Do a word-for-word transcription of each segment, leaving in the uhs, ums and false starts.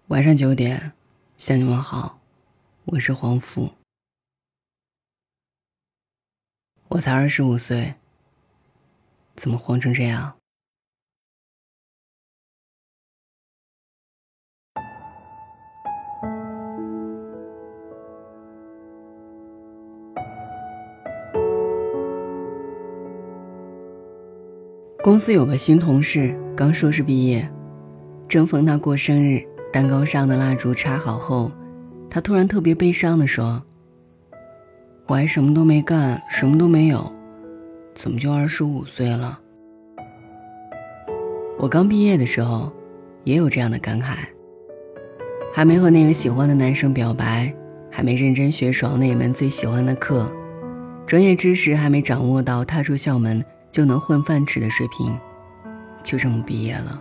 晚上九点，向你们好，我是黄甫。我才二十五岁，怎么慌成这样？公司有个新同事，刚硕士毕业，正逢他过生日，蛋糕上的蜡烛插好后，他突然特别悲伤地说：我还什么都没干，什么都没有，怎么就二十五岁了？我刚毕业的时候也有这样的感慨，还没和那个喜欢的男生表白，还没认真学爽那门最喜欢的课，专业知识还没掌握到踏出校门就能混饭吃的水平，就这么毕业了。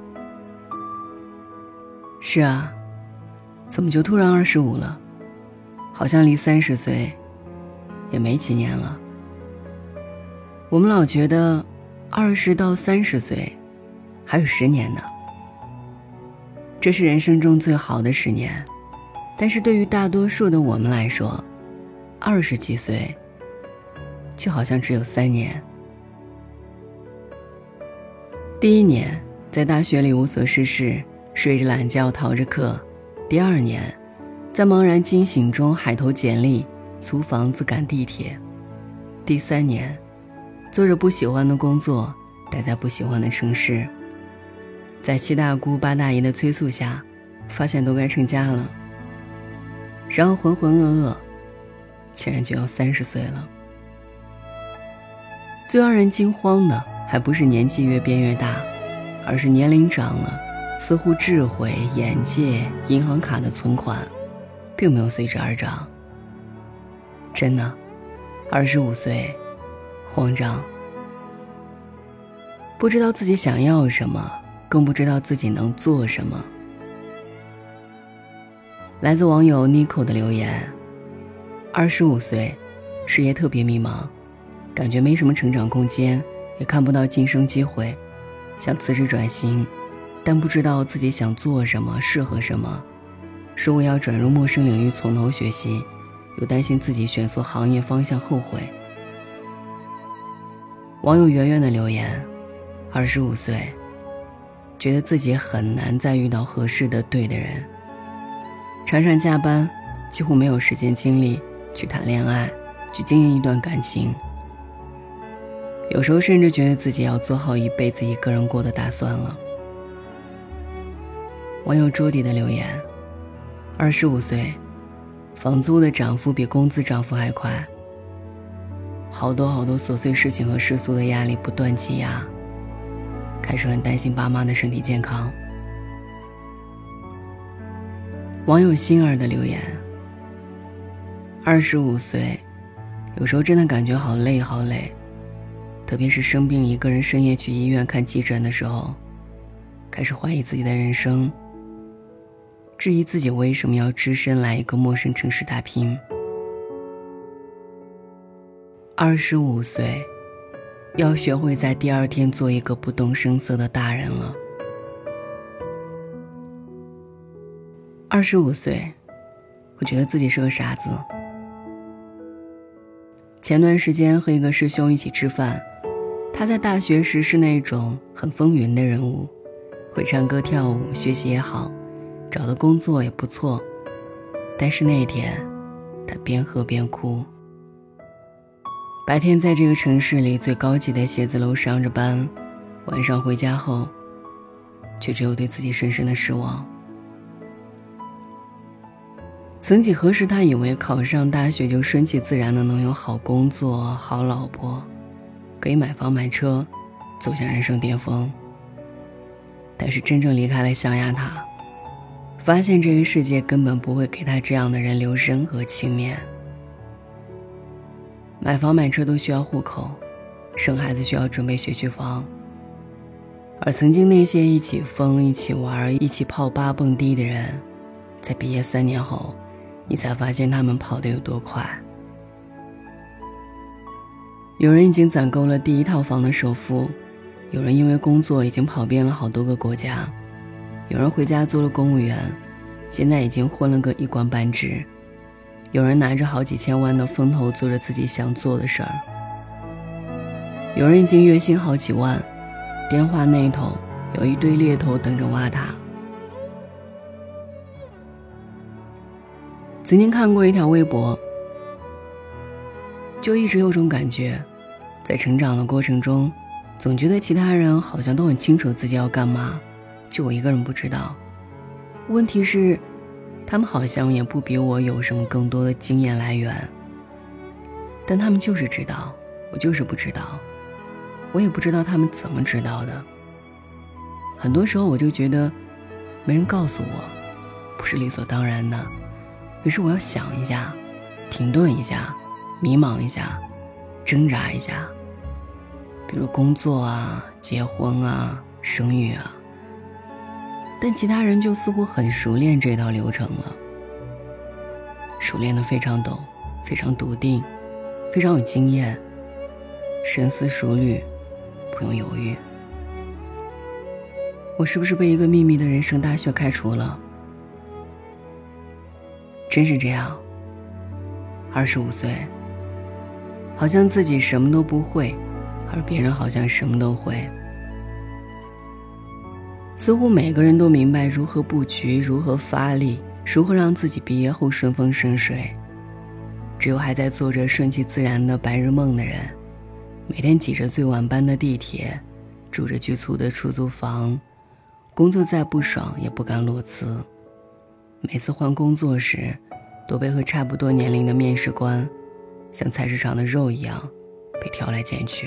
是啊，怎么就突然二十五了？好像离三十岁也没几年了。我们老觉得二十到三十岁还有十年呢，这是人生中最好的十年。但是对于大多数的我们来说，二十几岁就好像只有三年。第一年在大学里无所事事，睡着懒觉逃着课；第二年在茫然惊醒中海投简历，租房子赶地铁；第三年做着不喜欢的工作，待在不喜欢的城市，在七大姑八大姨的催促下，发现都该成家了，然后浑浑噩噩，竟然就要三十岁了。最让人惊慌的还不是年纪越变越大，而是年龄长了，似乎智慧、眼界、银行卡的存款并没有随之而长。真的，二十五岁慌张，不知道自己想要什么，更不知道自己能做什么。来自网友 Nico 的留言：二十五岁，事业特别迷茫，感觉没什么成长空间，也看不到晋升机会，想辞职转型，但不知道自己想做什么，适合什么。说我要转入陌生领域从头学习，又担心自己选错行业方向后悔。网友圆圆的留言：二十五岁，觉得自己很难再遇到合适的对的人，常常加班，几乎没有时间精力去谈恋爱，去经营一段感情。有时候甚至觉得自己要做好一辈子一个人过的打算了。网友朱迪的留言：二十五岁，房租的涨幅比工资涨幅还快，好多好多琐碎事情和世俗的压力不断挤压，开始很担心爸妈的身体健康。网友心儿的留言：二十五岁，有时候真的感觉好累好累，特别是生病一个人深夜去医院看急诊的时候，开始怀疑自己的人生，质疑自己为什么要只身来一个陌生城市打拼。二十五岁，要学会在第二天做一个不动声色的大人了。二十五岁，我觉得自己是个傻子。前段时间和一个师兄一起吃饭，他在大学时是那种很风云的人物，会唱歌跳舞，学习也好，找的工作也不错。但是那天他边喝边哭。白天在这个城市里最高级的写字楼上着班，晚上回家后却只有对自己深深的失望。曾几何时，他以为考上大学就顺其自然的能有好工作、好老婆，可以买房买车，走向人生巅峰。但是真正离开了象牙塔，发现这个世界根本不会给他这样的人留任何情面。买房买车都需要户口，生孩子需要准备学区房，而曾经那些一起疯、一起玩、一起泡吧蹦迪的人，在毕业三年后，你才发现他们跑得有多快。有人已经攒够了第一套房的首付，有人因为工作已经跑遍了好多个国家，有人回家做了公务员， 现在已经混了个一官半职，有人拿着好几千万的风头做着自己想做的事儿，有人已经月薪好几万，电话那头有一堆猎头等着挖他。曾经看过一条微博，就一直有种感觉，在成长的过程中，总觉得其他人好像都很清楚自己要干嘛，就我一个人不知道。问题是他们好像也不比我有什么更多的经验来源，但他们就是知道，我就是不知道，我也不知道他们怎么知道的。很多时候我就觉得没人告诉我，不是理所当然的，于是我要想一下，停顿一下，迷茫一下，挣扎一下，比如工作啊，结婚啊，生育啊。但其他人就似乎很熟练这套流程了，熟练得非常懂，非常笃定，非常有经验，深思熟虑，不用犹豫。我是不是被一个秘密的人生大学开除了？真是这样。二十五岁，好像自己什么都不会，而别人好像什么都会。似乎每个人都明白如何布局，如何发力，如何让自己毕业后顺风顺水。只有还在做着顺其自然的白日梦的人，每天挤着最晚班的地铁，住着局促的出租房，工作再不爽也不敢裸辞。每次换工作时，都被和差不多年龄的面试官像菜市场的肉一样被挑来拣去。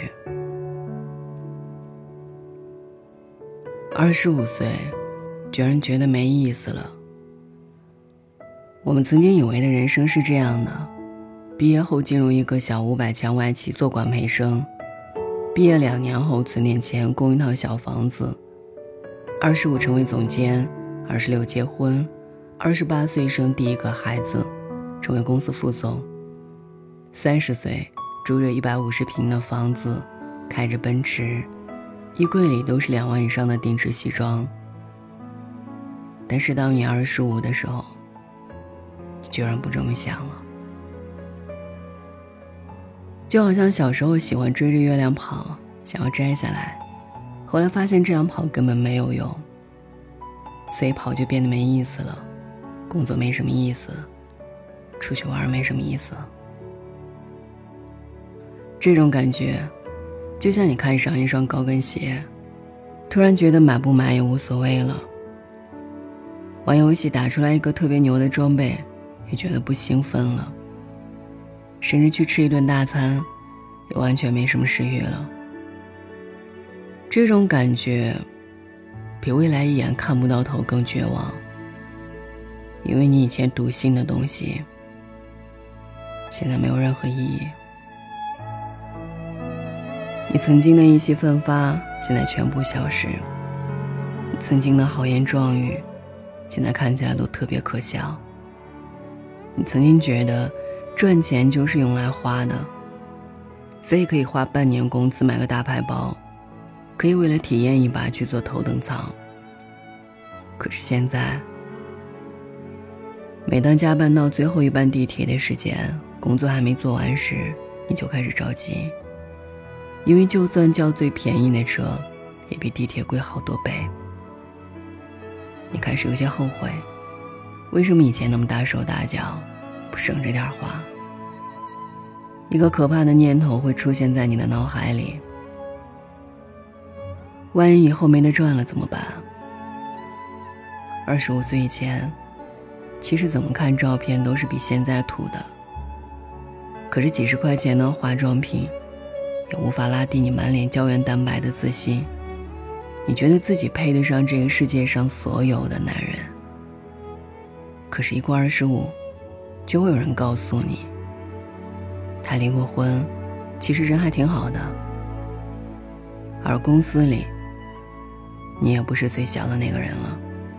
二十五岁，居然觉得没意思了。我们曾经以为的人生是这样的：毕业后进入一个小五百强外企做管培生，毕业两年后存点钱供一套小房子，二十五成为总监，二十六结婚，二十八岁生第一个孩子，成为公司副总，三十岁住着一百五十平的房子，开着奔驰，衣柜里都是两万以上的定制西装。但是当你二十五的时候，你居然不这么想了。就好像小时候喜欢追着月亮跑，想要摘下来，后来发现这样跑根本没有用，所以跑就变得没意思了，工作没什么意思，出去玩没什么意思。这种感觉就像你看上一双高跟鞋，突然觉得买不买也无所谓了。玩游戏打出来一个特别牛的装备，也觉得不兴奋了。甚至去吃一顿大餐，也完全没什么食欲了。这种感觉比未来一眼看不到头更绝望，因为你以前笃信的东西，现在没有任何意义。你曾经的意气奋发，现在全部消失。你曾经的豪言壮语，现在看起来都特别可笑。你曾经觉得赚钱就是用来花的，所以可以花半年工资买个大牌包，可以为了体验一把去坐头等舱。可是现在，每当加班到最后一班地铁的时间，工作还没做完时，你就开始着急，因为就算叫最便宜的车，也比地铁贵好多倍。你开始有些后悔，为什么以前那么大手大脚，不省着点花？一个可怕的念头会出现在你的脑海里，万一以后没得赚了怎么办？二十五岁以前，其实怎么看照片都是比现在土的，可是几十块钱的化妆品也无法拉低你满脸胶原蛋白的自信。你觉得自己配得上这个世界上所有的男人，可是一过二十五，就会有人告诉你，他离过婚，其实人还挺好的。而公司里，你也不是最小的那个人了。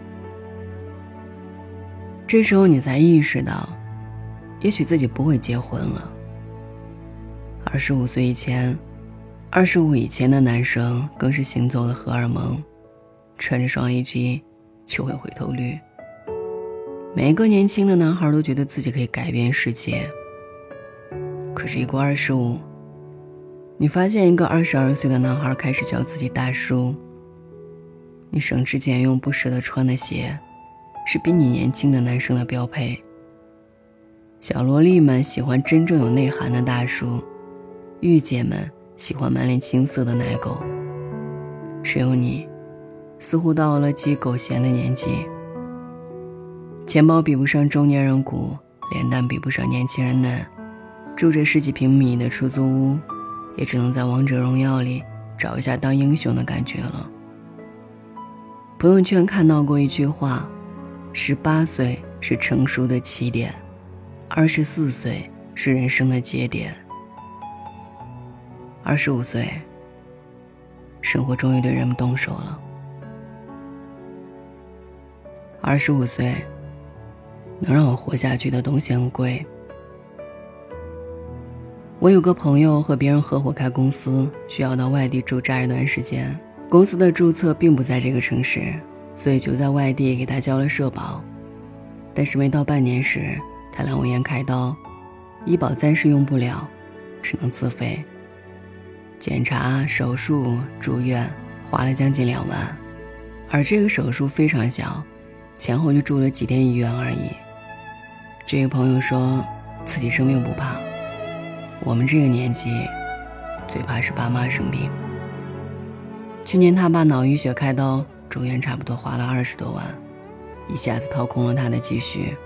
这时候你才意识到，也许自己不会结婚了。二十五岁以前，二十五以前的男生更是行走的荷尔蒙，穿着双 A G 就会回头率。 每一个年轻的男孩都觉得自己可以改变世界，可是一过二十五，你发现一个二十二岁的男孩开始叫自己大叔，你省吃俭用不舍得穿的鞋是比你年轻的男生的标配。小萝莉们喜欢真正有内涵的大叔，御姐们喜欢满脸青涩的奶狗，只有你似乎到了鸡狗嫌的年纪，钱包比不上中年人鼓，脸蛋比不上年轻人嫩，住着十几平米的出租屋，也只能在王者荣耀里找一下当英雄的感觉了。朋友圈看到过一句话，十八岁是成熟的起点，二十四岁是人生的节点，二十五岁生活终于对人们动手了。二十五岁能让我活下去的东西很贵。我有个朋友和别人合伙开公司，需要到外地驻扎一段时间，公司的注册并不在这个城市，所以就在外地给他交了社保。但是没到半年时，他阑尾炎开刀，医保暂时用不了，只能自费。检查、手术、住院花了将近两万，而这个手术非常小，前后就住了几天医院而已。这个朋友说自己生病不怕，我们这个年纪最怕是爸妈生病。去年他爸脑淤血开刀，住院差不多花了二十多万，一下子掏空了他的积蓄。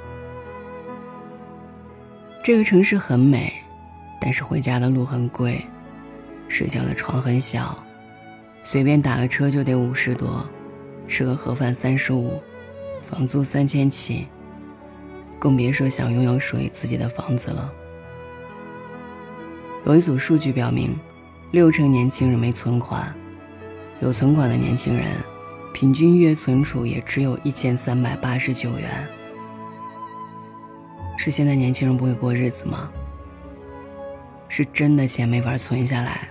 这个城市很美，但是回家的路很贵，睡觉的床很小，随便打个车就得五十多，吃个盒饭三十五，房租三千起，更别说想拥有属于自己的房子了。有一组数据表明，六成年轻人没存款，有存款的年轻人平均月存储也只有一千三百八十九元。是现在年轻人不会过日子吗？是真的钱没法存下来。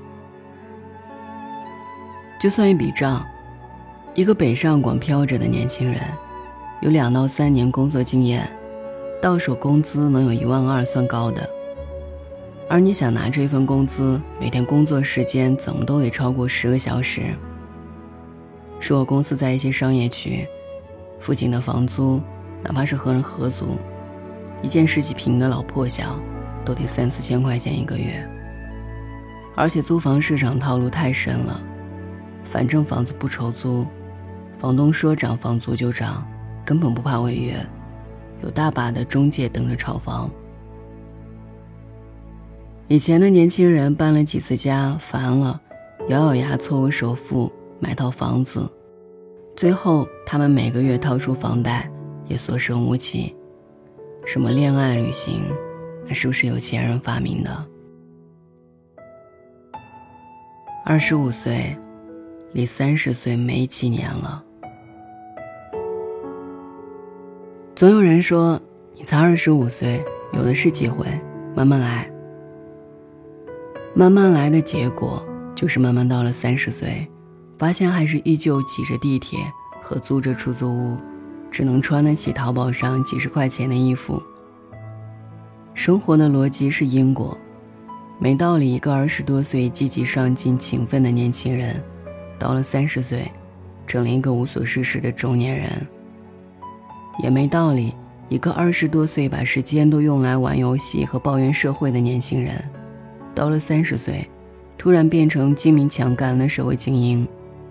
就算一笔账，一个北上广飘着的年轻人，有两到三年工作经验，到手工资能有一万二算高的。而你想拿这份工资，每天工作时间怎么都得超过十个小时。说我公司在一些商业区，附近的房租哪怕是和人合租，一间十几平的老破小都得三四千块钱一个月。而且租房市场套路太深了，反正房子不愁租，房东说涨房租就涨，根本不怕违约，有大把的中介等着炒房。以前的年轻人搬了几次家，烦了，咬咬牙凑个首付买套房子，最后他们每个月掏出房贷也所剩无几。什么恋爱旅行，那是不是有钱人发明的？二十五岁离三十岁没几年了。总有人说你才二十五岁，有的是机会，慢慢来。慢慢来的结果就是慢慢到了三十岁，发现还是依旧挤着地铁和租着出租屋，只能穿得起淘宝上几十块钱的衣服。生活的逻辑是因果，没道理一个二十多岁积极上进勤奋的年轻人，到了三十岁成了一个无所事事的中年人。也没道理一个二十多岁把时间都用来玩游戏和抱怨社会的年轻人，到了三十岁突然变成精明强干的社会精英。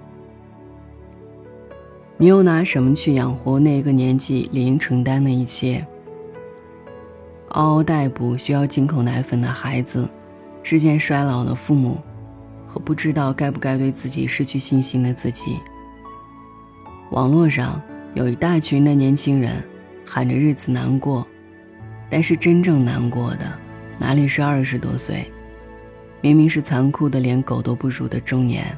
你又拿什么去养活那个年纪理应承担的一切？嗷嗷待哺需要进口奶粉的孩子，日渐衰老的父母，和不知道该不该对自己失去信心的自己。网络上有一大群的年轻人喊着日子难过，但是真正难过的哪里是二十多岁，明明是残酷的连狗都不如的中年。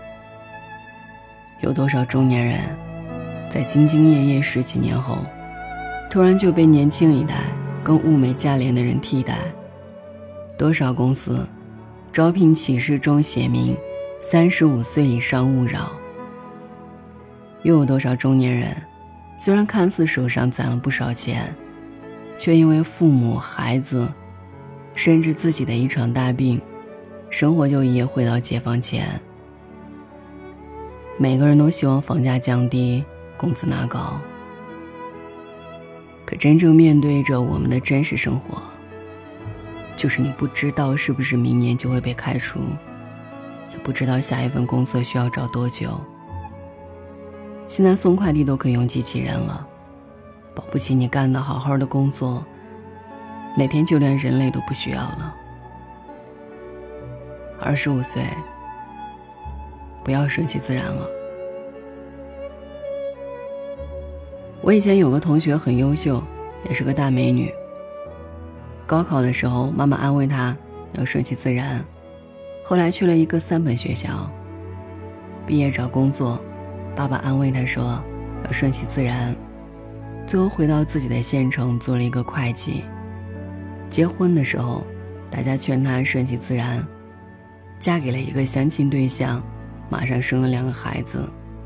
有多少中年人在兢兢业业十几年后，突然就被年轻一代更物美价廉的人替代？多少公司招聘启事中写明三十五岁以上勿扰？又有多少中年人虽然看似手上攒了不少钱，却因为父母、孩子，甚至自己的一场大病，生活就一夜回到解放前。每个人都希望房价降低，工资拿高，可真正面对着我们的真实生活，就是你不知道是不是明年就会被开除，也不知道下一份工作需要找多久。现在送快递都可以用机器人了，保不齐你干得好好的工作，哪天就连人类都不需要了。二十五岁，不要顺其自然了。我以前有个同学很优秀，也是个大美女。高考的时候，妈妈安慰她要顺其自然，后来去了一个三本学校。毕业找工作，爸爸安慰她说要顺其自然，最后回到自己的县城做了一个会计。结婚的时候，大家劝她顺其自然，嫁给了一个相亲对象，马上生了两个孩子。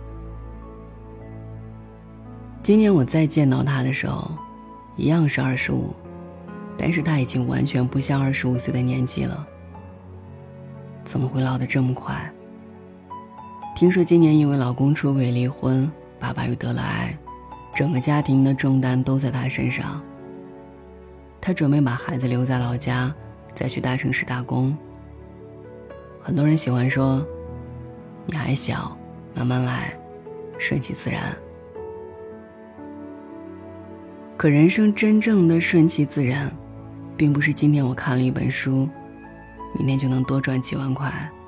今年我再见到她的时候，一样是二十五，但是她已经完全不像二十五岁的年纪了。怎么会老得这么快？听说今年因为老公出轨离婚，爸爸又得了癌，整个家庭的重担都在她身上。她准备把孩子留在老家，再去大城市打工。很多人喜欢说，你还小，慢慢来，顺其自然。可人生真正的顺其自然，并不是今天我看了一本书，明天就能多赚几万块，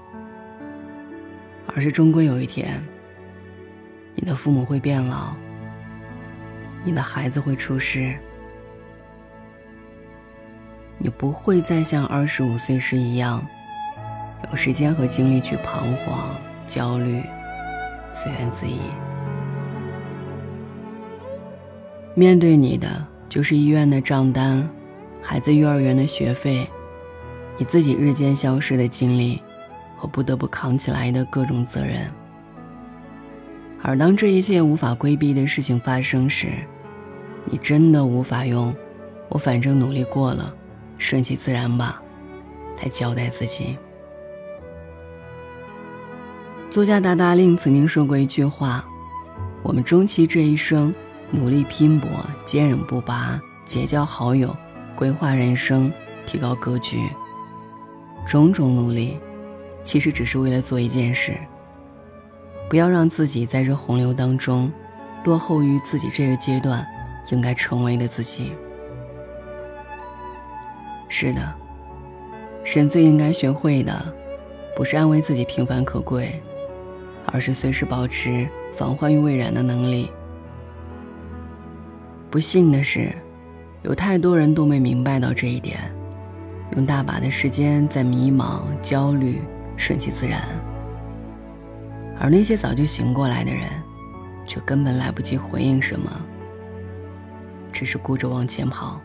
而是终归有一天，你的父母会变老，你的孩子会出世，你不会再像二十五岁时一样，有时间和精力去彷徨、焦虑、自怨自艾。面对你的就是医院的账单，孩子幼儿园的学费，你自己日渐消失的精力和不得不扛起来的各种责任。而当这一切无法规避的事情发生时，你真的无法用我反正努力过了，顺其自然吧来交代自己。作家达达令曾经说过一句话，我们终其这一生，努力拼搏，坚韧不拔，结交好友，规划人生，提高格局，种种努力其实只是为了做一件事，不要让自己在这洪流当中落后于自己这个阶段应该成为的自己。是的，人最应该学会的不是安慰自己平凡可贵，而是随时保持防患于未然的能力。不幸的是，有太多人都没明白到这一点，用大把的时间在迷茫、焦虑、顺其自然，而那些早就醒过来的人，却根本来不及回应什么，只是顾着往前跑。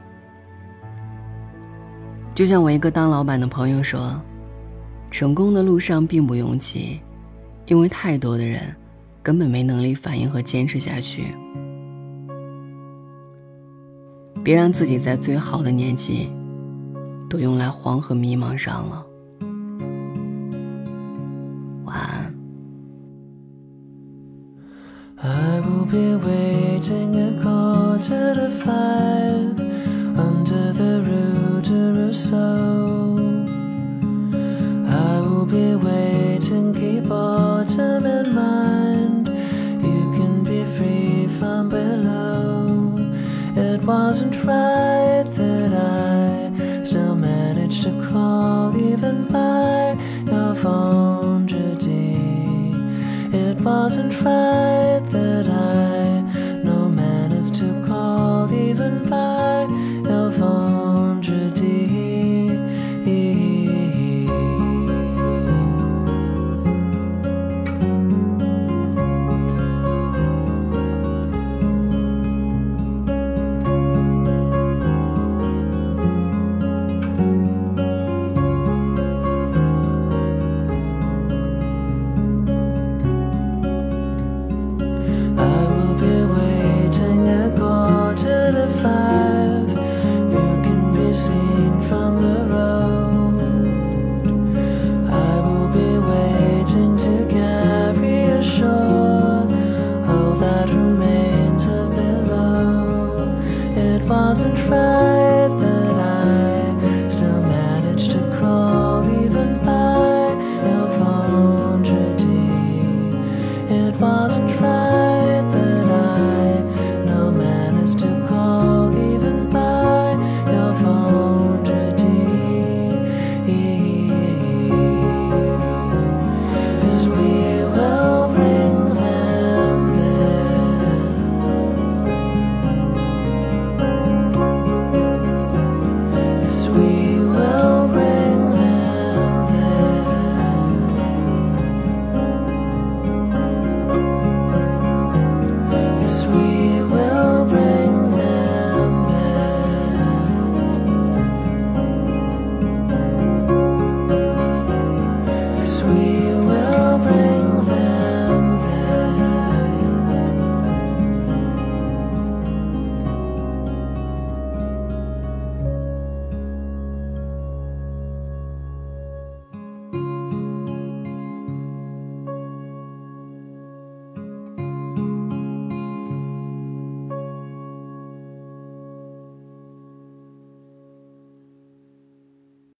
就像我一个当老板的朋友说，成功的路上并不拥挤，因为太多的人根本没能力反应和坚持下去。别让自己在最好的年纪都用来慌和迷茫上了。晚安。 I will be waiting a quarter to five under the Rue de Rousseau. I will be waiting, keep autumn in mind. You can be free from below. It wasn't right that I still managed to crawl even by your vendredi. It wasn't right that I no manners to call even by your vendredi. wasn't right that I still managed to crawl even by your vendredi. It wasn't right that I no managed to call even by your vendredi. 'Cause we will bring them there. 'Cause we will bring them there. 'Cause we will bring them there. 'Cause we